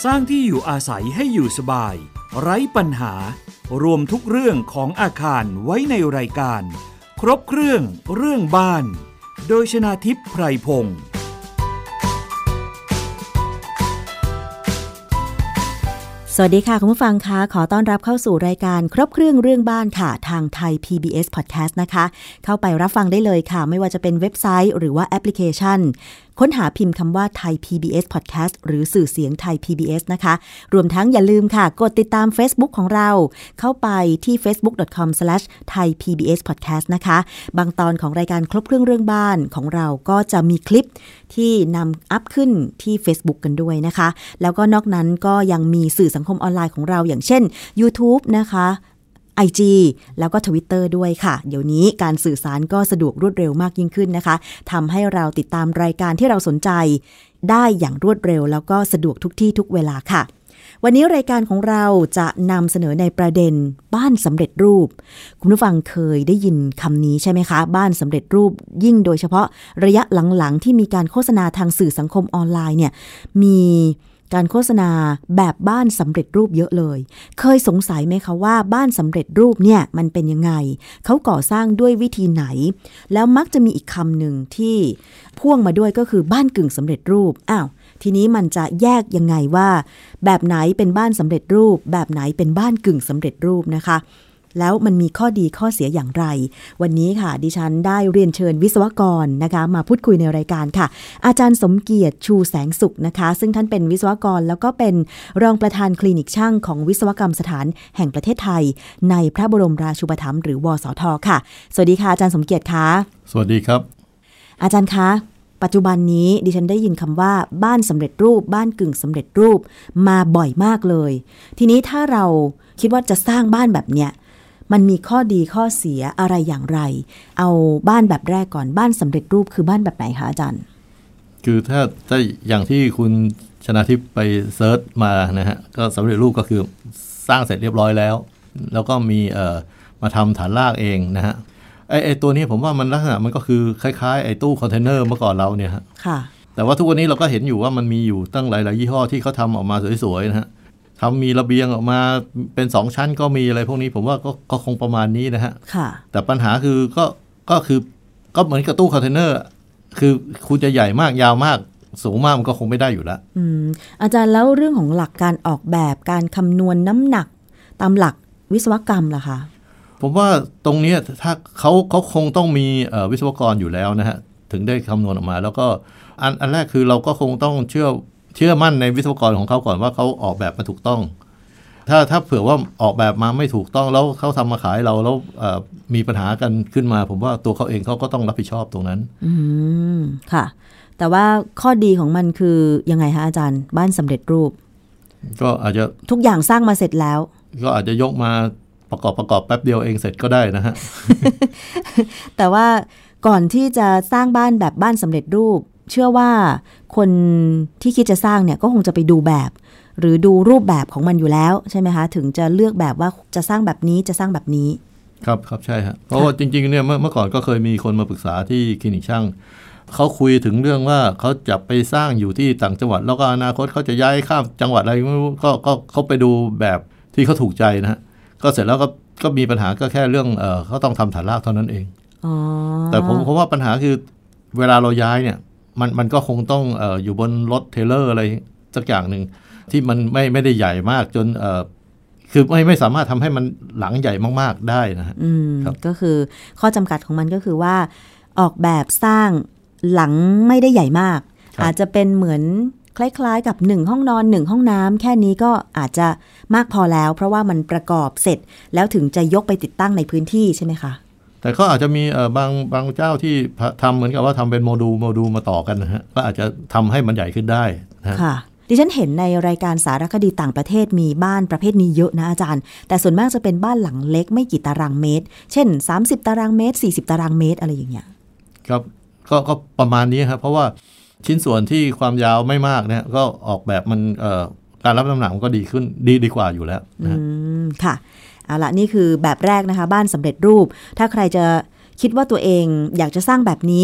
สร้างที่อยู่อาศัยให้อยู่สบายไร้ปัญหารวมทุกเรื่องของอาคารไว้ในรายการครบเครื่องบ้านโดยชนาทิพย์ไพรพงศ์สวัสดีค่ะคุณผู้ฟังคะขอต้อนรับเข้าสู่รายการครบเครื่องบ้านค่ะทางไทย PBS Podcast นะคะเข้าไปรับฟังได้เลยค่ะไม่ว่าจะเป็นเว็บไซต์หรือว่าแอปพลิเคชันค้นหาพิมพ์คำว่าไทย PBS Podcast หรือสื่อเสียงไทย PBS นะคะรวมทั้งอย่าลืมค่ะกดติดตาม Facebook ของเราเข้าไปที่ facebook.com/thaipbspodcast นะคะบางตอนของรายการครบเครื่องบ้านของเราก็จะมีคลิปที่นำอัพขึ้นที่ Facebook กันด้วยนะคะแล้วก็นอกนั้นก็ยังมีสื่อสังคมออนไลน์ของเราอย่างเช่น YouTube นะคะ IG แล้วก็ Twitter ด้วยค่ะเดี๋ยวนี้การสื่อสารก็สะดวกรวดเร็วมากยิ่งขึ้นนะคะทำให้เราติดตามรายการที่เราสนใจได้อย่างรวดเร็วแล้วก็สะดวกทุกที่ทุกเวลาค่ะวันนี้รายการของเราจะนำเสนอในประเด็นบ้านสำเร็จรูปคุณผู้ฟังเคยได้ยินคำนี้ใช่ไหมคะบ้านสำเร็จรูปยิ่งโดยเฉพาะระยะหลังๆที่มีการโฆษณาทางสื่อสังคมออนไลน์เนี่ยมีการโฆษณาแบบบ้านสำเร็จรูปเยอะเลยเคยสงสัยไหมคะว่าบ้านสำเร็จรูปเนี่ยมันเป็นยังไงเขาก่อสร้างด้วยวิธีไหนแล้วมักจะมีอีกคำหนึ่งที่พ่วงมาด้วยก็คือบ้านกึ่งสำเร็จรูปทีนี้มันจะแยกยังไงว่าแบบไหนเป็นบ้านสำเร็จรูปแบบไหนเป็นบ้านกึ่งสำเร็จรูปนะคะแล้วมันมีข้อดีข้อเสียอย่างไรวันนี้ค่ะดิฉันได้เรียนเชิญวิศวกรนะคะมาพูดคุยในรายการค่ะอาจารย์สมเกียรติชูแสงสุขนะคะซึ่งท่านเป็นวิศวกรแล้วก็เป็นรองประธานคลินิกช่างของวิศวกรรมสถานแห่งประเทศไทยในพระบรมราชูปถัมภ์หรือวสท.ค่ะสวัสดีค่ะอาจารย์สมเกียรติค่ะสวัสดีครับอาจารย์คะปัจจุบันนี้ดิฉันได้ยินคำว่าบ้านสำเร็จรูปบ้านกึ่งสำเร็จรูปมาบ่อยมากเลยทีนี้ถ้าเราคิดว่าจะสร้างบ้านแบบเนี้ยมันมีข้อดีข้อเสียอะไรอย่างไรเอาบ้านแบบแรกก่อนบ้านสำเร็จรูปคือบ้านแบบไหนคะอาจารย์คือถ้าอย่างที่คุณชนาทิพย์ไปเซิร์ชมานะฮะก็สำเร็จรูปก็คือสร้างเสร็จเรียบร้อยแล้วก็มีมาทำฐานรากเองนะฮะไอ้ตัวนี้ผมว่ามันลักษณะมันก็คือคล้ายๆไอ้ตู้คอนเทนเนอร์เมื่อก่อนเราเนี่ยฮะค่ะแต่ว่าทุกวันนี้เราก็เห็นอยู่ว่ามันมีอยู่ตั้งหลายๆยี่ห้อที่เขาทำออกมาสวยๆนะฮะทำมีระเบียงออกมาเป็น2ชั้นก็มีอะไรพวกนี้ผมว่าก็คงประมาณนี้นะฮะแต่ปัญหาคือก็เหมือนกับตู้คอนเทนเนอร์คือคุณจะใหญ่มากยาวมากสูงมากมันก็คงไม่ได้อยู่แล้วอาจารย์แล้วเรื่องของหลักการออกแบบการคำนวณน้ำหนักตามหลักวิศวกรรมล่ะคะผมว่าตรงนี้ถ้าเขาคงต้องมีวิศวกรอยู่แล้วนะฮะถึงได้คำนวณออกมาแล้วก็อันแรกคือเราก็คงต้องเชื่อมั่นในวิศวกรของเขาก่อนว่าเขาออกแบบมาถูกต้องถ้าเผื่อว่าออกแบบมาไม่ถูกต้องแล้วเขาทำมาขายเราแล้วมีปัญหากันขึ้นมาผมว่าตัวเขาเองเขาก็ต้องรับผิดชอบตรงนั้นค่ะแต่ว่าข้อดีของมันคือยังไงคะอาจารย์บ้านสำเร็จรูปก็อาจจะทุกอย่างสร้างมาเสร็จแล้วก็อาจจะยกมาประกอบแป๊บเดียวเองเสร็จก็ได้นะฮะแต่ว่าก่อนที่จะสร้างบ้านแบบบ้านสำเร็จรูปเชื่อว่าคนที่คิดจะสร้างเนี่ยก็คงจะไปดูแบบหรือดูรูปแบบของมันอยู่แล้วใช่ไหมคะถึงจะเลือกแบบว่าจะสร้างแบบนี้จะสร้างแบบนี้ครับใช่ฮะเพราะว่าจริงๆเนี่ยเมื่อก่อนก็เคยมีคนมาปรึกษาที่คลินิกช่างเขาคุยถึงเรื่องว่าเขาจะไปสร้างอยู่ที่ต่างจังหวัดแล้วก็อนาคตเขาจะย้ายข้ามจังหวัดอะไรไม่รู้ก็เขาไปดูแบบที่เขาถูกใจนะฮะก็เสร็จแล้วก็มีปัญหาก็แค่เรื่องเขาต้องทำฐานรากเท่านั้นเองแต่ผมว่าปัญหาคือเวลาเราย้ายเนี่ยมันก็คงต้องอยู่บนรถเทรลเลอร์อะไรสักอย่างหนึ่งที่มันไม่ได้ใหญ่มากจนคือไม่สามารถทำให้มันหลังใหญ่มากๆได้นะฮะก็คือข้อจำกัดของมันก็คือว่าออกแบบสร้างหลังไม่ได้ใหญ่มากอาจจะเป็นเหมือนคล้ายๆกับ1ห้องนอน1ห้องน้ำแค่นี้ก็อาจจะมากพอแล้วเพราะว่ามันประกอบเสร็จแล้วถึงจะยกไปติดตั้งในพื้นที่ใช่ไหมคะแต่ก็อาจจะมีบางเจ้าที่ทำเหมือนกับว่าทำเป็นโมดูลมาต่อกันนะฮะก็อาจจะทำให้มันใหญ่ขึ้นได้นะค่ะดิฉันเห็นในรายการสารคดีต่างประเทศมีบ้านประเภทนี้เยอะนะอาจารย์แต่ส่วนมากจะเป็นบ้านหลังเล็กไม่กี่ตารางเมตรเช่น30ตารางเมตร40ตารางเมตรอะไรอย่างเงี้ยครับก็ประมาณนี้ครับเพราะว่าชิ้นส่วนที่ความยาวไม่มากเนี่ยก็ออกแบบมันการรับน้ำหนักมันก็ดีขึ้นดีกว่าอยู่แล้วนะค่ะเอาละนี่คือแบบแรกนะคะบ้านสำเร็จรูปถ้าใครจะคิดว่าตัวเองอยากจะสร้างแบบนี้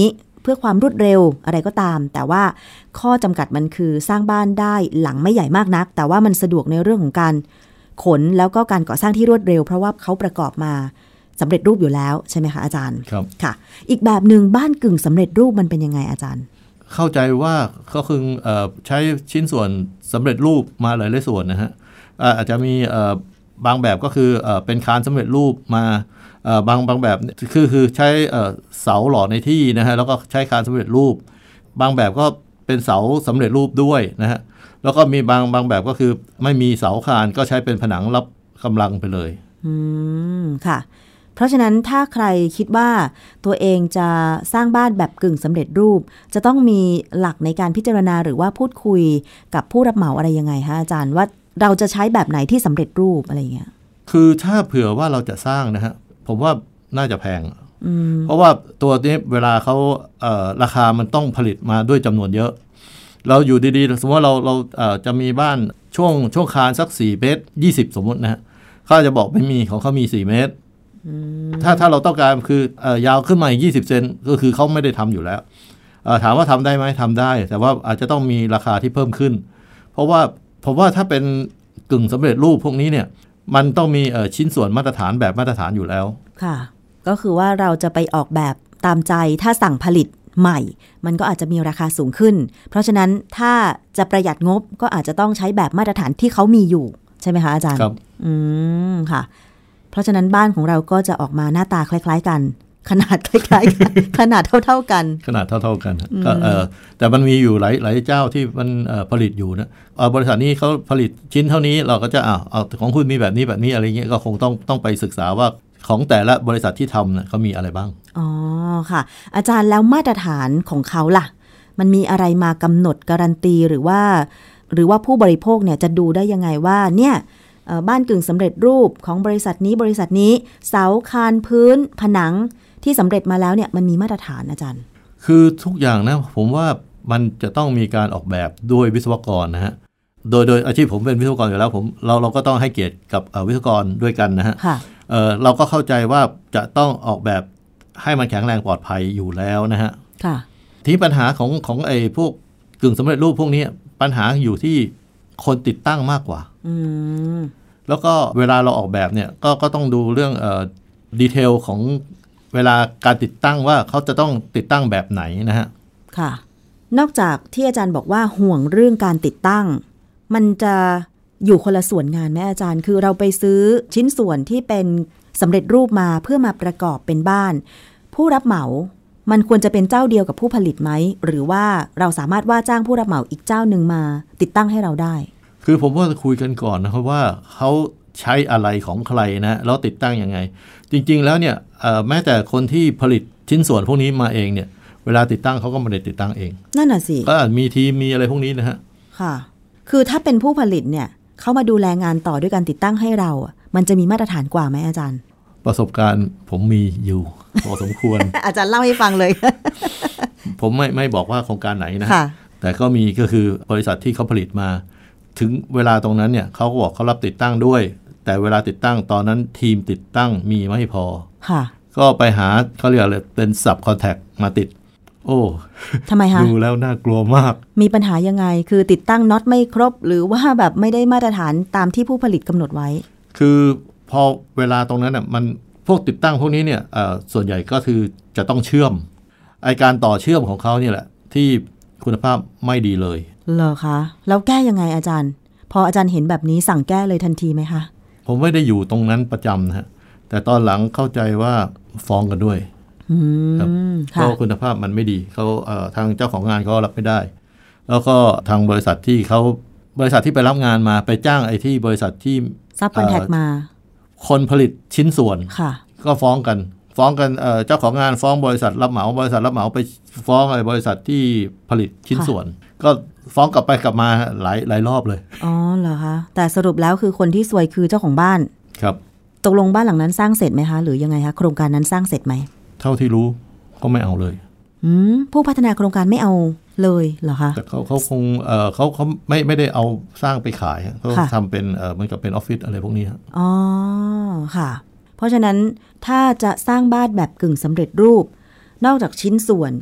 พื่อความรวดเร็วอะไรก็ตามแต่ว่าข้อจำกัดมันคือสร้างบ้านได้หลังไม่ใหญ่มากนักแต่ว่ามันสะดวกในเรื่องของการขนแล้วก็การก่อสร้างที่รวดเร็วเพราะว่าเขาประกอบมาสำเร็จรูปอยู่แล้วใช่ไหมคะอาจารย์ครับค่ะอีกแบบหนึ่งบ้านกึ่งสำเร็จรูปมันเป็นยังไงอาจารย์เข้าใจว่าก็คือใช้ชิ้นส่วนสำเร็จรูปมาหลายๆส่วนนะฮะอาจจะมีบางแบบก็คือเป็นคานสำเร็จรูปมาบางแบบคือใช้เสาหล่อในที่นะฮะแล้วก็ใช้คานสำเร็จรูปบางแบบก็เป็นเสาสำเร็จรูปด้วยนะฮะแล้วก็มีบางแบบก็คือไม่มีเสาคานก็ใช้เป็นผนังรับกำลังไปเลยค่ะเพราะฉะนั้นถ้าใครคิดว่าตัวเองจะสร้างบ้านแบบกึ่งสำเร็จรูปจะต้องมีหลักในการพิจารณาหรือว่าพูดคุยกับผู้รับเหมาอะไรยังไงคะอาจารย์ว่าเราจะใช้แบบไหนที่สำเร็จรูปอะไรเงี้ยคือถ้าเผื่อว่าเราจะสร้างนะฮะผมว่าน่าจะแพงเพราะว่าตัวนี้เวลาเขาราคามันต้องผลิตมาด้วยจำนวนเยอะเราอยู่ดีๆสมมติว่าเราจะมีบ้านช่วงคานสัก4 เมตร 20สมมตินะฮะเขาจะบอกไม่มีของเขามี4 เมตรถ้าเราต้องการคือยาวขึ้นมาอีก20 เซนก็คือเขาไม่ได้ทำอยู่แล้วถามว่าทำได้ไหมทำได้แต่ว่าอาจจะต้องมีราคาที่เพิ่มขึ้นเพราะว่าผมว่าถ้าเป็นกึ่งสำเร็จรูปพวกนี้เนี่ยมันต้องมีชิ้นส่วนมาตรฐานแบบมาตรฐานอยู่แล้วค่ะก็คือว่าเราจะไปออกแบบตามใจถ้าสั่งผลิตใหม่มันก็อาจจะมีราคาสูงขึ้นเพราะฉะนั้นถ้าจะประหยัดงบก็อาจจะต้องใช้แบบมาตรฐานที่เขามีอยู่ใช่ไหมคะอาจารย์ครับค่ะเพราะฉะนั้นบ้านของเราก็จะออกมาหน้าตาคล้ายๆกันขนาดคล้ายๆกันขนาดเท่าๆกันขนาดเท่าๆกันก็แต่มันมีอยู่หลายเจ้าที่มันผลิตอยู่นะบริษัทนี้เขาผลิตชิ้นเท่านี้เราก็จะเอาของคุณมีแบบนี้อะไรเงี้ยก็คงต้องไปศึกษาว่าของแต่ละบริษัทที่ทำเขามีอะไรบ้างอ๋อค่ะอาจารย์แล้วมาตรฐานของเขาล่ะมันมีอะไรมากำหนดการันตีหรือว่าผู้บริโภคเนี่ยจะดูได้ยังไงว่าเนี่ยบ้านกึ่งสำเร็จรูปของบริษัทนี้เสาคานพื้นผนังที่สำเร็จมาแล้วเนี่ยมันมีมาตรฐานอาจารย์คือทุกอย่างนะผมว่ามันจะต้องมีการออกแบบด้วยวิศวกรนะฮะโดยอาชีพผมเป็นวิศวกรอยู่แล้วเราก็ต้องให้เกียรติกับวิศวกรด้วยกันนะฮะเราก็เข้าใจว่าจะต้องออกแบบให้มันแข็งแรงปลอดภัยอยู่แล้วนะฮะที่ปัญหาของไอ้พวกกึ่งสำเร็จรูปพวกนี้ปัญหาอยู่ที่คนติดตั้งมากกว่าแล้วก็เวลาเราออกแบบเนี่ยก็ต้องดูเรื่องดีเทลของเวลาการติดตั้งว่าเขาจะต้องติดตั้งแบบไหนนะฮะค่ะนอกจากที่อาจารย์บอกว่าห่วงเรื่องการติดตั้งมันจะอยู่คนละส่วนงานไหมอาจารย์คือเราไปซื้อชิ้นส่วนที่เป็นสำเร็จรูปมาเพื่อมาประกอบเป็นบ้านผู้รับเหมามันควรจะเป็นเจ้าเดียวกับผู้ผลิตไหมหรือว่าเราสามารถว่าจ้างผู้รับเหมาอีกเจ้าหนึ่งมาติดตั้งให้เราได้คือผมว่าจะคุยกันก่อนนะครับว่าเขาใช้อะไรของใครนะแล้วติดตั้งยังไงจริงๆแล้วเนี่ยแม้แต่คนที่ผลิตชิ้นส่วนพวกนี้มาเองเนี่ยเวลาติดตั้งเขาก็ไม่ได้ติดตั้งเองนั่นน่ะสิก็มีทีมมีอะไรพวกนี้นะฮะค่ะคือถ้าเป็นผู้ผลิตเนี่ยเขามาดูแลงานต่อด้วยการติดตั้งให้เรามันจะมีมาตรฐานกว่าไหมอาจารย์ประสบการณ์ผมมีอยู่พอสมควรอาจารย์เล่าให้ฟังเลยผมไม่บอกว่าโครงการไหนนะแต่ก็มีก็คือบริษัทที่เขาผลิตมาถึงเวลาตรงนั้นเนี่ยเขาก็บอกเขารับติดตั้งด้วยแต่เวลาติดตั้งตอนนั้นทีมติดตั้งมีไม่พอก็ไปหาเขาเรียกอะไรเป็นซับคอนแทคมาติดโอ้ทำไมคะดูแล้วน่ากลัวมากมีปัญหายังไงคือติดตั้งน็อตไม่ครบหรือว่าแบบไม่ได้มาตรฐานตามที่ผู้ผลิตกำหนดไว้คือพอเวลาตรงนั้นน่ะมันพวกติดตั้งพวกนี้เนี่ยส่วนใหญ่ก็คือจะต้องเชื่อมไอการต่อเชื่อมของเขาเนี่ยแหละที่คุณภาพไม่ดีเลยเหรอคะแล้วแก้ยังไงอาจารย์พออาจารย์เห็นแบบนี้สั่งแก้เลยทันทีไหมคะผมไม่ได้อยู่ตรงนั้นประจำนะฮะแต่ตอนหลังเข้าใจว่าฟ้องกันด้วยเพราะคุณภาพมันไม่ดีเขาทางเจ้าของงานเขารับไม่ได้แล้วก็ทางบริษัทที่ไปรับงานมาไปจ้างไอ้ที่บริษัทที่ซับคอนแทคมาคนผลิตชิ้นส่วนก็ฟ้องกันเจ้าของงานฟ้องบริษัทรับเหมาไปฟ้องไอ้บริษัทที่ผลิตชิ้นส่วนก็ฟ้องกลับไปกลับมาหลายรอบเลยอ๋อเหรอคะแต่สรุปแล้วคือคนที่ซวยคือเจ้าของบ้านครับตกลงบ้านหลังนั้นสร้างเสร็จไหมคะหรือยังไงคะโครงการนั้นสร้างเสร็จไหมเท่าที่รู้ก็ไม่เอาเลยผู้พัฒนาโครงการไม่เอาเลยเหรอคะแต่เขาคงเขาไม่ได้เอาสร้างไปขายเขาทำเป็นเหมือนกับเป็นออฟฟิศอะไรพวกนี้อ๋อค่ะเพราะฉะนั้นถ้าจะสร้างบ้านแบบกึ่งสำเร็จรูปนอกจากชิ้นส่วน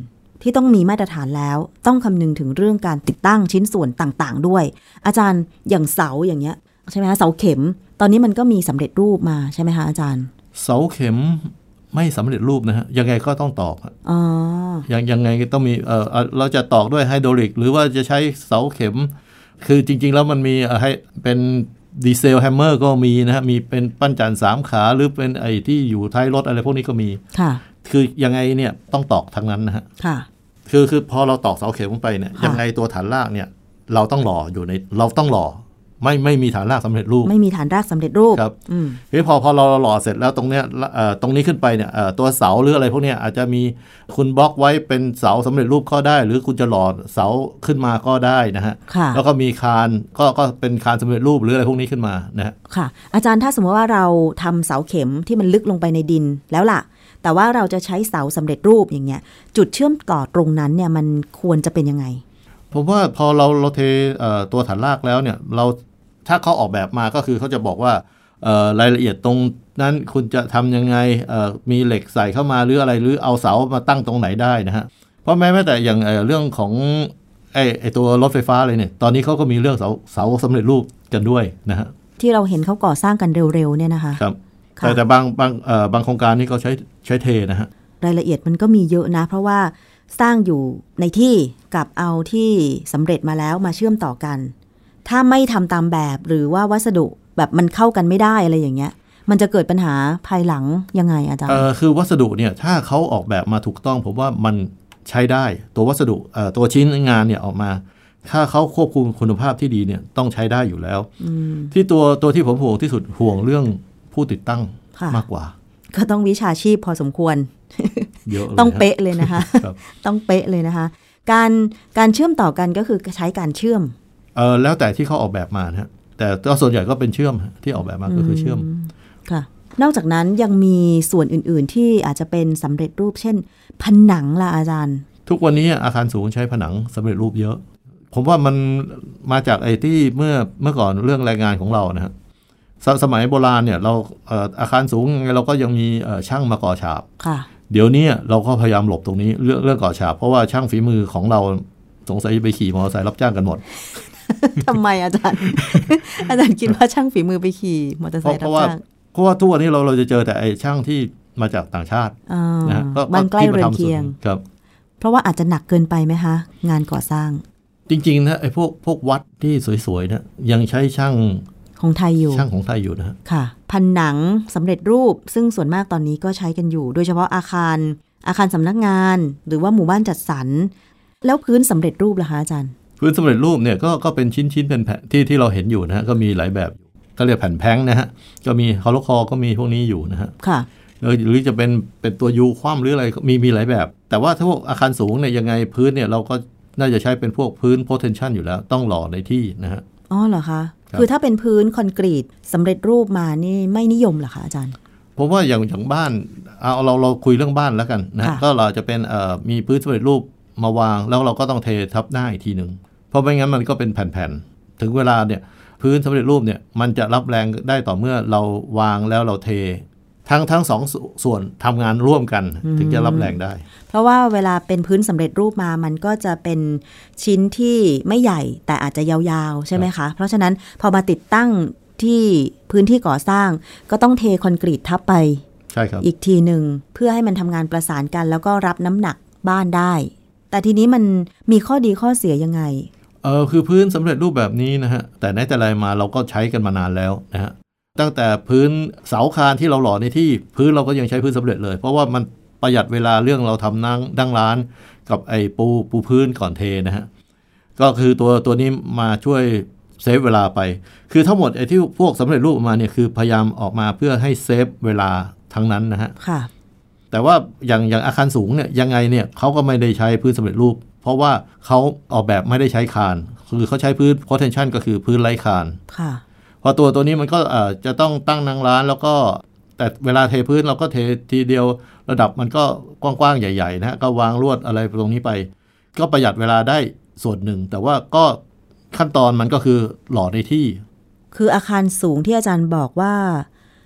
ที่ต้องมีมาตรฐานแล้วต้องคำนึงถึงเรื่องการติดตั้งชิ้นส่วนต่างๆด้วยอาจารย์อย่างเสาอย่างเงี้ยใช่ไหมคะเสาเข็มตอนนี้มันก็มีสำเร็จรูปมาใช่ไหมคะอาจารย์เสาเข็มไม่สำเร็จรูปนะฮะยังไงก็ต้องตอกยังไงก็ต้องมีเราจะตอกด้วยไฮดรอลิกหรือว่าจะใช้เสาเข็มคือจริงๆแล้วมันมีให้เป็นดีเซลแฮมเมอร์ก็มีนะฮะมีเป็นปั้นจัน3ขาหรือเป็นไอ้ที่อยู่ท้ายรถอะไรพวกนี้ก็มีค่ะคือยังไงเนี่ยต้องตอกทั้งนั้นนะฮะค่ะคือพอเราตอกเสาเข็มลงไปเนี่ยยังไงตัวฐานรากเนี่ยเราต้องหล่ออยู่ในเราต้องหล่อไม่มีฐานรากสำเร็จรูปไม่มีฐานรากสำเร็จรูปครับพอเราหล่อเสร็จแล้วตรงเนี้ยตรงนี้ขึ้นไปเนี่ยตัวเสาหรืออะไรพวกเนี้ยอาจจะมีคุณบล็อกไว้เป็นเสาสำเร็จรูปก็ได้หรือคุณจะหล่อเสาขึ้นมาก็ได้นะฮะแล้วก็มีคานก็เป็นคานสำเร็จรูปหรืออะไรพวกนี้ขึ้นมานะฮะค่ะอาจารย์ถ้าสมมติว่าเราทำเสาเข็มที่มันลึกลงไปในดินแล้วล่ะแต่ว่าเราจะใช้เสาสำเร็จรูปอย่างเงี้ยจุดเชื่อมต่อตรงนั้นเนี่ยมันควรจะเป็นยังไงผมว่าพอเราเทตัวฐานรากแล้วเนี่ยเราถ้าเขาออกแบบมาก็คือเขาจะบอกว่ารายละเอียดตรงนั้นคุณจะทำยังไงมีเหล็กใส่เข้ามาหรืออะไรหรือเอาเสามาตั้งตรงไหนได้นะฮะเพราะแม้แต่อย่างเรื่องของไอ้ตัวรถไฟฟ้าเลยเนี่ยตอนนี้เขาก็มีเรื่องเสาสำเร็จรูปกันด้วยนะฮะที่เราเห็นเขาก่อสร้างกันเร็วๆเนี่ยนะคะครับแต่บางโครงการนี่เขาใช้เทนะฮะรายละเอียดมันก็มีเยอะนะเพราะว่าสร้างอยู่ในที่กับเอาที่สำเร็จมาแล้วมาเชื่อมต่อกันถ้าไม่ทำตามแบบหรือว่าวัสดุแบบมันเข้ากันไม่ได้อะไรอย่างเงี้ยมันจะเกิดปัญหาภายหลังยังไงอาจารย์คือวัสดุเนี่ยถ้าเขาออกแบบมาถูกต้องผมว่ามันใช้ได้ตัววัสดุตัวชิ้นงานเนี่ยออกมาถ้าเขาควบคุมคุณภาพที่ดีเนี่ยต้องใช้ได้อยู่แล้วที่ตัวที่ผมห่วงที่สุดห่วงเรื่องผู้ติดตั้งมากกว่าก็ต้องวิชาชีพพอสมควรต้องเป๊ะเลยนะคะต้องเป๊ะเลยนะคะการเชื่อมต่อกันก็คือใช้การเชื่อมแล้วแต่ที่เขาออกแบบมานะฮะแต่ส่วนใหญ่ก็เป็นเชื่อมที่ออกแบบมาก็คือเชื่อมค่ะนอกจากนั้นยังมีส่วนอื่นๆที่อาจจะเป็นสำเร็จรูปเช่นผนังล่ะอาจารย์ทุกวันนี้อาคารสูงใช้ผนังสำเร็จรูปเยอะผมว่ามันมาจากไอ้ที่เมื่อก่อนเรื่องแรงงานของเรานะฮะสมัยโบราณเนี่ยเราอาคารสูงเราก็ยังมีช่างมาก่อฉาบเดี๋ยวนี้เราก็พยายามหลบตรงนี้เรื่องก่อฉาบเพราะว่าช่างฝีมือของเราสงสัยไปขี่มอเตอร์ไซค์รับจ้างกันหมดทำไมอาจารย์คิดว่าช่างฝีมือไปขี่มอเตอร์ไซค์รับจ้างเพราะว่าทุกวันนี้เราจะเจอแต่ไอ้ช่างที่มาจากต่างชาตินะบ้านใกล้เรือนเคียงครับเพราะว่าอาจจะหนักเกินไปไหมคะงานก่อสร้างจริงๆนะไอ้พวกวัดที่สวยๆนะยังใช้ช่างของไทยอยู่ช่างของไทยอยู่นะค่ะผนังสำเร็จรูปซึ่งส่วนมากตอนนี้ก็ใช้กันอยู่โดยเฉพาะอาคารสำนักงานหรือว่าหมู่บ้านจัดสรรแล้วพื้นสำเร็จรูปล่ะคะอาจารย์พื้นสำเร็จรูปเนี่ยก็เป็นชิ้นเป็นแผ่นที่เราเห็นอยู่นะฮะก็มีหลายแบบก็เรียกแผ่นแพงนะฮะก็มีฮอลโลคอก็มีพวกนี้อยู่นะฮะค่ะหรือจะเป็นตัวยูคว่ำหรืออะไรมีหลายแบบแต่ว่าถ้าพวกอาคารสูงเนี่ยยังไงพื้นเนี่ยเราก็น่าจะใช้เป็นพวกพื้น potential อยู่แล้วต้องหล่อในที่นะฮะอ๋อเหรอคะคือถ้าเป็นพื้นคอนกรีตสำเร็จรูปมานี่ไม่นิยมเหรอคะอาจารย์ผมว่าอย่างบ้านเราคุยเรื่องบ้านแล้วกันนะก็เราจะเป็นมีพื้นสำเร็จรูปมาวางแล้วเราก็ต้องเททับหน้าอีกทีนึงเพราะไม่งั้นมันก็เป็นแผ่นๆถึงเวลาเนี่ยพื้นสำเร็จรูปเนี่ยมันจะรับแรงได้ต่อเมื่อเราวางแล้วเราเททั้งสองส่วนทำงานร่วมกันถึงจะรับแรงได้เพราะว่าเวลาเป็นพื้นสำเร็จรูปมามันก็จะเป็นชิ้นที่ไม่ใหญ่แต่อาจจะยาวๆใช่ไหมคะเพราะฉะนั้นพอมาติดตั้งที่พื้นที่ก่อสร้างก็ต้องเทคอนกรีตทับไปใช่ครับอีกทีหนึ่งเพื่อให้มันทำงานประสานกันแล้วก็รับน้ำหนักบ้านได้แต่ทีนี้มันมีข้อดีข้อเสียยังไงคือพื้นสำเร็จรูปแบบนี้นะฮะแต่ไหนแต่ไรมาเราก็ใช้กันมานานแล้วนะฮะตั้งแต่พื้นเสาคานที่เราหล่อในที่พื้นเราก็ยังใช้พื้นสำเร็จเลยเพราะว่ามันประหยัดเวลาเรื่องเราทำนั่งร้านกับไอ้ปูพื้นก่อนเทนะฮะก็คือตัวนี้มาช่วยเซฟเวลาไปคือทั้งหมดไอ้ที่พวกสำเร็จรูปมาเนี่ยคือพยายามออกมาเพื่อให้เซฟเวลาทั้งนั้นนะฮะค่ะแต่ว่าอย่างอาคารสูงเนี่ยยังไงเนี่ยเขาก็ไม่ได้ใช้พื้นสำเร็จรูปเพราะว่าเขาออกแบบไม่ได้ใช้คานคือเขาใช้พื้น potential ก็คือพื้นไร้คานค่ะพอตัวนี้มันก็จะต้องตั้งนั่งร้านแล้วก็แต่เวลาเทพื้นเราก็เททีเดียวระดับมันก็กว้างๆใหญ่ๆนะก็วางลวดอะไรตรงนี้ไปก็ประหยัดเวลาได้ส่วนหนึ่งแต่ว่าก็ขั้นตอนมันก็คือหล่อในที่คืออาคารสูงที่อาจารย์บอกว่า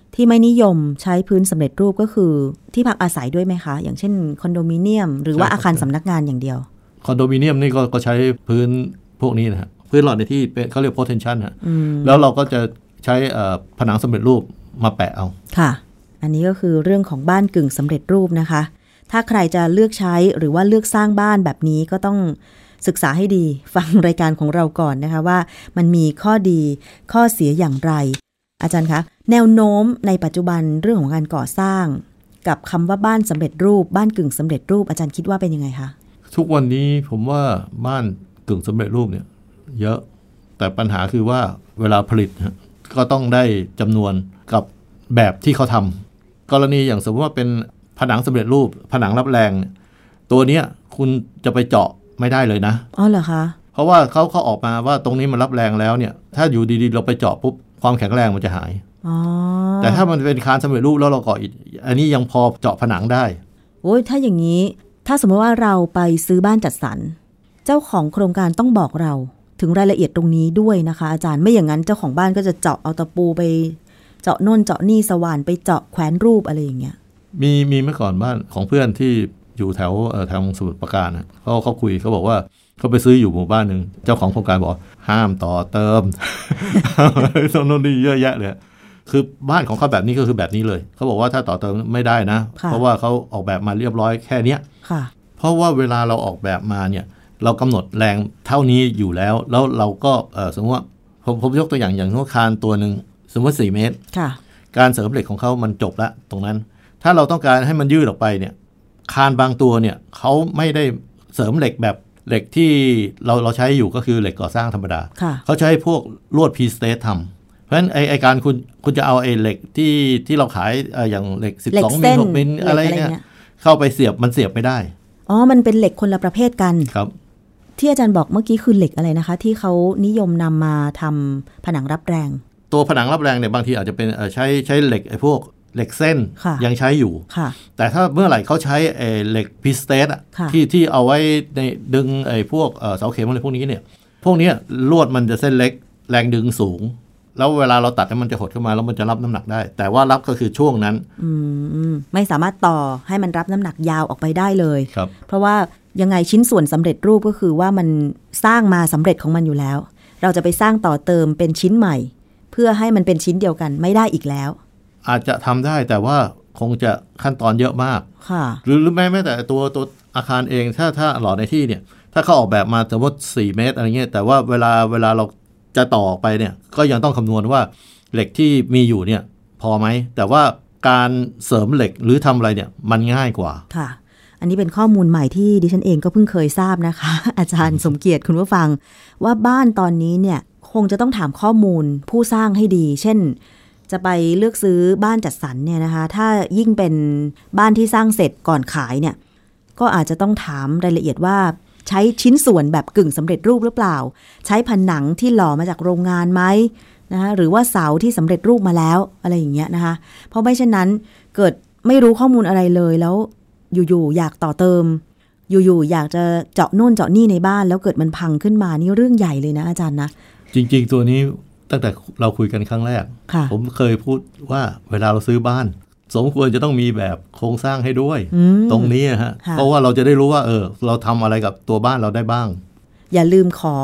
ที่ไม่นิยมใช้พื้นสำเร็จรูปก็คือที่พักอาศัยด้วยไหมคะอย่างเช่นคอนโดมิเนียมหรือว่าอาคารสำนักงานอย่างเดียวคอนโดมิเนียมนี่ก็ใช้พื้นพวกนี้นะฮะพื้นหลอดในที่เป็นเขาเรียก potential ฮะแล้วเราก็จะใช้ผนังสำเร็จรูปมาแปะเอาค่ะอันนี้ก็คือเรื่องของบ้านกึ่งสำเร็จรูปนะคะถ้าใครจะเลือกใช้หรือว่าเลือกสร้างบ้านแบบนี้ก็ต้องศึกษาให้ดีฟังรายการของเราก่อนนะคะว่ามันมีข้อดีข้อเสียอย่างไรอาจารย์คะแนวโน้มในปัจจุบันเรื่องของการก่อสร้างกับคำว่าบ้านสำเร็จรูปบ้านกึ่งสำเร็จรูปอาจารย์คิดว่าเป็นยังไงคะทุกวันนี้ผมว่าบ้านกึ่งสำเร็จรูปเนี่ยเยอะแต่ปัญหาคือว่าเวลาผลิตก็ต้องได้จำนวนกับแบบที่เขาทำกรณีอย่างสมมติว่าเป็นผนังสำเร็จรูปผนังรับแรงตัวเนี้ยคุณจะไปเจาะไม่ได้เลยนะอ๋อเหรอคะเพราะว่าเขาออกมาว่าตรงนี้มันรับแรงแล้วเนี่ยถ้าอยู่ดีๆเราไปเจาะปุ๊บความแข็งแรงมันจะหายแต่ถ้ามันเป็นคานสำเร็จรูปแล้วเราก่ออิฐอันนี้ยังพอเจาะผนังได้โอ้ยถ้าอย่างนี้ถ้าสมมติว่าเราไปซื้อบ้านจัดสรรเจ้าของโครงการต้องบอกเราถึงรายละเอียดตรงนี้ด้วยนะคะอาจารย์ไม่อย่างนั้นเจ้าของบ้านก็จะเจาะเอาตะปูไปเจาะโน่นเจาะนี่สว่านไปเจาะแขวนรูปอะไรอย่างเงี้ยมีเมื่อก่อนบ้านของเพื่อนที่อยู่แถวทางสมุทรปราการนะเขาคุยเขาบอกว่าเขาไปซื้ออยู่หมู่บ้านนึงเจ้าของโครงการบอกห้ามต่อเติม ตรงนั้นนี่เยอะแยะเลยคือบ้านของเขาแบบนี้ก็คือแบบนี้เลยเขาบอกว่าถ้าต่อเติมไม่ได้นะเพราะว่าเขาออกแบบมาเรียบร้อยแค่เนี้ยเพราะว่าเวลาเราออกแบบมาเนี่ยเรากำหนดแรงเท่านี้อยู่แล้วเราก็สมมติว่าผมยกตัวอย่างคานตัวหนึ่งสมมติ4 เมตรการเสริมเหล็กของเขามันจบแล้วตรงนั้นถ้าเราต้องการให้มันยืดออกไปเนี่ยคานบางตัวเนี่ยเขาไม่ได้เสริมเหล็กแบบเหล็กที่เราใช้อยู่ก็คือเหล็กก่อสร้างธรรมดาเขาใช้พวกลวดพีสเตททำเพราะฉะนั้นไอการคุณจะเอาไอเหล็กที่เราขายอย่างเหล็ก12 มิล 6 มิลอะไรเนี่ยเข้าไปเสียบมันเสียบไม่ได้อ๋อมันเป็นเหล็กคนละประเภทกันครับที่อาจารย์บอกเมื่อกี้คือเหล็กอะไรนะคะที่เขานิยมนำมาทำผนังรับแรงตัวผนังรับแรงเนี่ยบางทีอาจจะเป็นใช้เหล็กไอพวกเหล็กเส้นยังใช้อยู่แต่ถ้าเมื่อไหร่เขาใช้เหล็กพิสเตสที่เอาไว้ในดึงไอ้พวกเสาเข็มอะไรพวกนี้เนี่ยพวกนี้ลวดมันจะเส้นเล็กแรงดึงสูงแล้วเวลาเราตัดมันจะหดขึ้นมาแล้วมันจะรับน้ำหนักได้แต่ว่ารับก็คือช่วงนั้นไม่สามารถต่อให้มันรับน้ำหนักยาวออกไปได้เลยครับเพราะว่ายังไงชิ้นส่วนสำเร็จรูปก็คือว่ามันสร้างมาสำเร็จของมันอยู่แล้วเราจะไปสร้างต่อเติมเป็นชิ้นใหม่เพื่อให้มันเป็นชิ้นเดียวกันไม่ได้อีกแล้วอาจจะทำได้แต่ว่าคงจะขั้นตอนเยอะมากหรือแม้แต่ตัวอาคารเองถ้าหล่อในที่เนี่ยถ้าเขาออกแบบมาสมมติ4 เมตรอะไรเงี้ยแต่ว่าเวลาเราจะต่อไปเนี่ยก็ยังต้องคำนวณว่าเหล็กที่มีอยู่เนี่ยพอไหมแต่ว่าการเสริมเหล็กหรือทำอะไรเนี่ยมันง่ายกว่าค่ะอันนี้เป็นข้อมูลใหม่ที่ดิฉันเองก็เพิ่งเคยทราบนะคะ อาจารย์สมเกียรติคุณผู้ฟังว่าบ้านตอนนี้เนี่ยคงจะต้องถามข้อมูลผู้สร้างให้ดีเช่นจะไปเลือกซื้อบ้านจัดสรรเนี่ยนะคะถ้ายิ่งเป็นบ้านที่สร้างเสร็จก่อนขายเนี่ยก็อาจจะต้องถามรายละเอียดว่าใช้ชิ้นส่วนแบบกึ่งสำเร็จรูปหรือเปล่าใช้ผนังที่หล่อมาจากโรงงานไหมนะคะหรือว่าเสาที่สำเร็จรูปมาแล้วอะไรอย่างเงี้ยนะคะเพราะไม่เช่นนั้นเกิดไม่รู้ข้อมูลอะไรเลยแล้วอยู่ๆอยากต่อเติมอยู่ๆอยากจะเจาะโน่นเจาะนี่ในบ้านแล้วเกิดมันพังขึ้นมานี่เรื่องใหญ่เลยนะอาจารย์นะจริงๆตัวนี้ตั้งแต่เราคุยกันครั้งแรกผมเคยพูดว่าเวลาเราซื้อบ้านสมควรจะต้องมีแบบโครงสร้างให้ด้วยตรงนี้ฮะเพราะว่าเราจะได้รู้ว่าเราทำอะไรกับตัวบ้านเราได้บ้างอย่าลืมขอ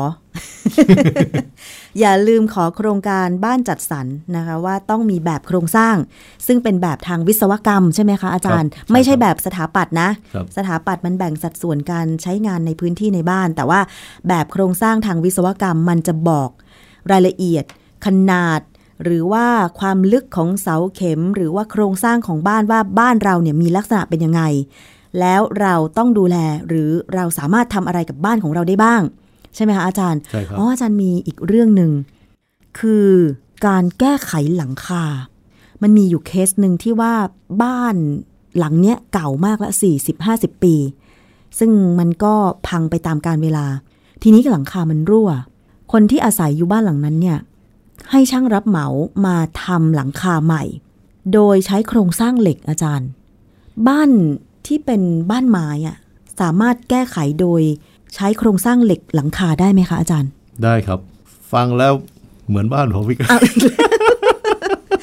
อย่าลืมขอโครงการบ้านจัดสรรนะคะว่าต้องมีแบบโครงสร้างซึ่งเป็นแบบทางวิศวกรรมใช่ไหมคะอาจารย์ไม่ใช่แบบสถาปัตย์นะสถาปัตย์มันแบ่งสัดส่วนการใช้งานในพื้นที่ในบ้านแต่ว่าแบบโครงสร้างทางวิศวกรรมมันจะบอกรายละเอียดขนาดหรือว่าความลึกของเสาเข็มหรือว่าโครงสร้างของบ้านว่าบ้านเราเนี่ยมีลักษณะเป็นยังไงแล้วเราต้องดูแลหรือเราสามารถทำอะไรกับบ้านของเราได้บ้างใช่ไหมคะอาจารย์ใช่ครับอาจารย์มีอีกเรื่องหนึ่งคือการแก้ไขหลังคามันมีอยู่เคสหนึ่งที่ว่าบ้านหลังเนี้ยเก่ามากละ 40-50 ปีซึ่งมันก็พังไปตามกาลเวลาทีนี้หลังคามันรั่วคนที่อาศัยอยู่บ้านหลังนั้นเนี่ยให้ช่างรับเหมามาทำหลังคาใหม่โดยใช้โครงสร้างเหล็กอาจารย์บ้านที่เป็นบ้านไม้อะสามารถแก้ไขโดยใช้โครงสร้างเหล็กหลังคาได้ไหมคะอาจารย์ได้ครับฟังแล้วเหมือนบ้านผมพี่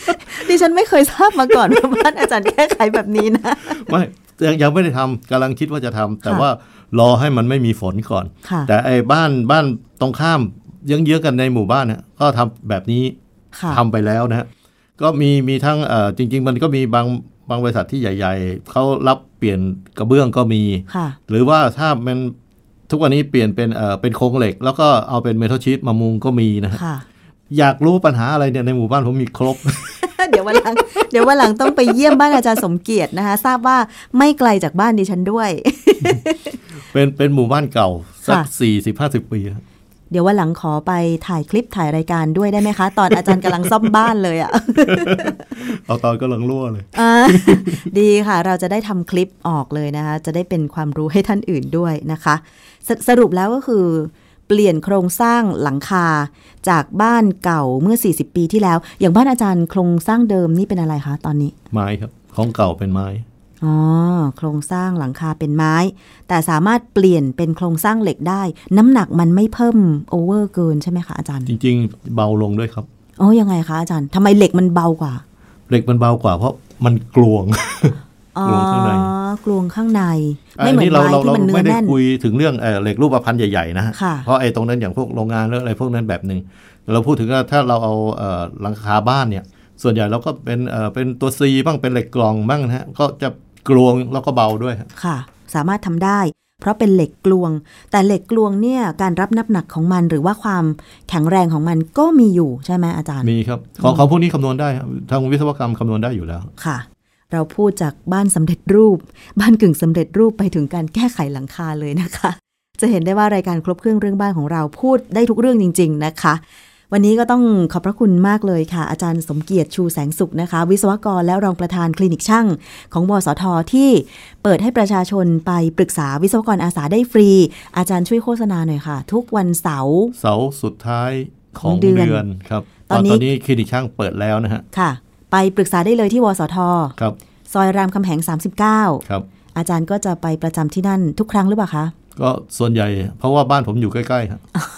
ดิฉันไม่เคยทราบมาก่อนว่าบ้านอาจารย์แก้ไขแบบนี้นะไม่ยังไม่ได้ทำกำลังคิดว่าจะทำแต่ว่ารอให้มันไม่มีฝนก่อนแต่ไอ้บ้านตรงข้ามเยื้องๆกันในหมู่บ้านเนี่ยก็ทำแบบนี้ทำไปแล้วนะฮะก็มีทั้งจริงๆมันก็มีบางบริษัทที่ใหญ่ๆเขารับเปลี่ยนกระเบื้องก็มีหรือว่าถ้ามันทุกวันนี้เปลี่ยนเป็นโครงเหล็กแล้วก็เอาเป็นเมทัลชีทมามุงก็มีนะฮะอยากรู้ปัญหาอะไรเนี่ยในหมู่บ้านผมมีครบเดี๋ยววันหลังต้องไปเยี่ยมบ้านอาจารย์สมเกียรตินะคะทราบว่าไม่ไกลจากบ้านดิฉันด้วยเป็นหมู่บ้านเก่าสัก 40-50 ปีเดี๋ยววันหลังขอไปถ่ายคลิปถ่ายรายการด้วยได้ไหมคะตอนอาจารย์กำลังซ่อมบ้านเลยอ่ะเอาตอนกำลังรั่วเลยดีค่ะเราจะได้ทำคลิปออกเลยนะคะจะได้เป็นความรู้ให้ท่านอื่นด้วยนะคะสรุปแล้วก็คือเปลี่ยนโครงสร้างหลังคาจากบ้านเก่าเมื่อ40ปีที่แล้วอย่างบ้านอาจารย์โครงสร้างเดิมนี่เป็นอะไรคะตอนนี้ไม้ครับของเก่าเป็นไม้โครงสร้างหลังคาเป็นไม้แต่สามารถเปลี่ยนเป็นโครงสร้างเหล็กได้น้ำหนักมันไม่เพิ่มโอเวอร์เกินใช่ไหมคะอาจารย์จริงๆเบาลงด้วยครับยังไงคะอาจารย์ทำไมเหล็กมันเบากว่าเหล็กมันเบากว่าเพราะมันกลวงกลวงข้างในกลวงข้างในไม่เหมือนไม้ที่มันเนื้อแน่นไม่ได้คุยถึงเรื่องเหล็กรูปพรรณใหญ่ๆนะเพราะไอ้ตรงนั้นอย่างพวกโรงงานหรืออะไรพวกนั้นแบบนึงเราพูดถึงว่าถ้าเราเอาหลังคาบ้านเนี่ยส่วนใหญ่เราก็เป็นตัว C บ้างเป็นเหล็กกลองบ้างนะฮะก็จะกลวงแล้วก็เบาด้วยค่ะสามารถทำได้เพราะเป็นเหล็กกลวงแต่เหล็กกลวงเนี่ยการรับน้ำหนักของมันหรือว่าความแข็งแรงของมันก็มีอยู่ใช่ไหมอาจารย์มีครับของพวกนี้คำนวณได้ทางวิศวกรรมคำนวณได้อยู่แล้วค่ะเราพูดจากบ้านสำเร็จรูปบ้านกึ่งสำเร็จรูปไปถึงการแก้ไขหลังคาเลยนะคะจะเห็นได้ว่ารายการครบเครื่องเรื่องบ้านของเราพูดได้ทุกเรื่องจริงๆนะคะวันนี้ก็ต้องขอบพระคุณมากเลยค่ะอาจารย์สมเกียรติชูแสงสุขนะคะวิศวกรและรองประธานคลินิกช่างของวสทที่เปิดให้ประชาชนไปปรึกษาวิศวกรอาสาได้ฟรีอาจารย์ช่วยโฆษณาหน่อยค่ะทุกวันเสาร์สุดท้ายของเดือนครับตอนนี้คลินิกช่างเปิดแล้วนะฮะค่ะไปปรึกษาได้เลยที่วสทครับซอยรามคำแหง39 ครับอาจารย์ก็จะไปประจำที่นั่นทุกครั้งหรือเปล่าคะก็ส่วนใหญ่เพราะว่าบ้านผมอยู่ใกล้ๆครับ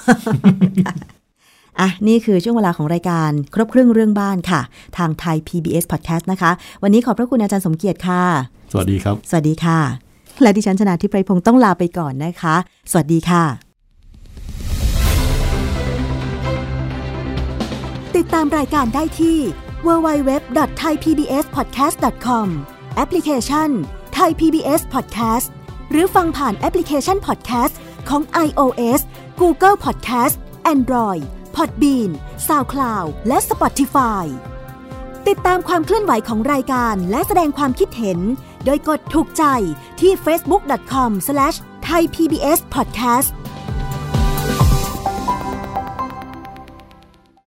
นี่คือช่วงเวลาของรายการครบเครื่องเรื่องบ้านค่ะทางไทย PBS Podcast นะคะวันนี้ขอบพระคุณอาจารย์สมเกียรติค่ะสวัสดีครับสวัสดีค่ะและดิฉันชนาธิปไพพงศ์ต้องลาไปก่อนนะคะสวัสดีค่ะติดตามรายการได้ที่ www.thaipbspodcast.com แอปพลิเคชัน Thai PBS Podcast หรือฟังผ่านแอปพลิเคชัน Podcast ของ iOS Google Podcast Android Podbean SoundCloud และ Spotify ติดตามความเคลื่อนไหวของรายการและแสดงความคิดเห็นโดยกดถูกใจที่ facebook.com/thaipbspodcast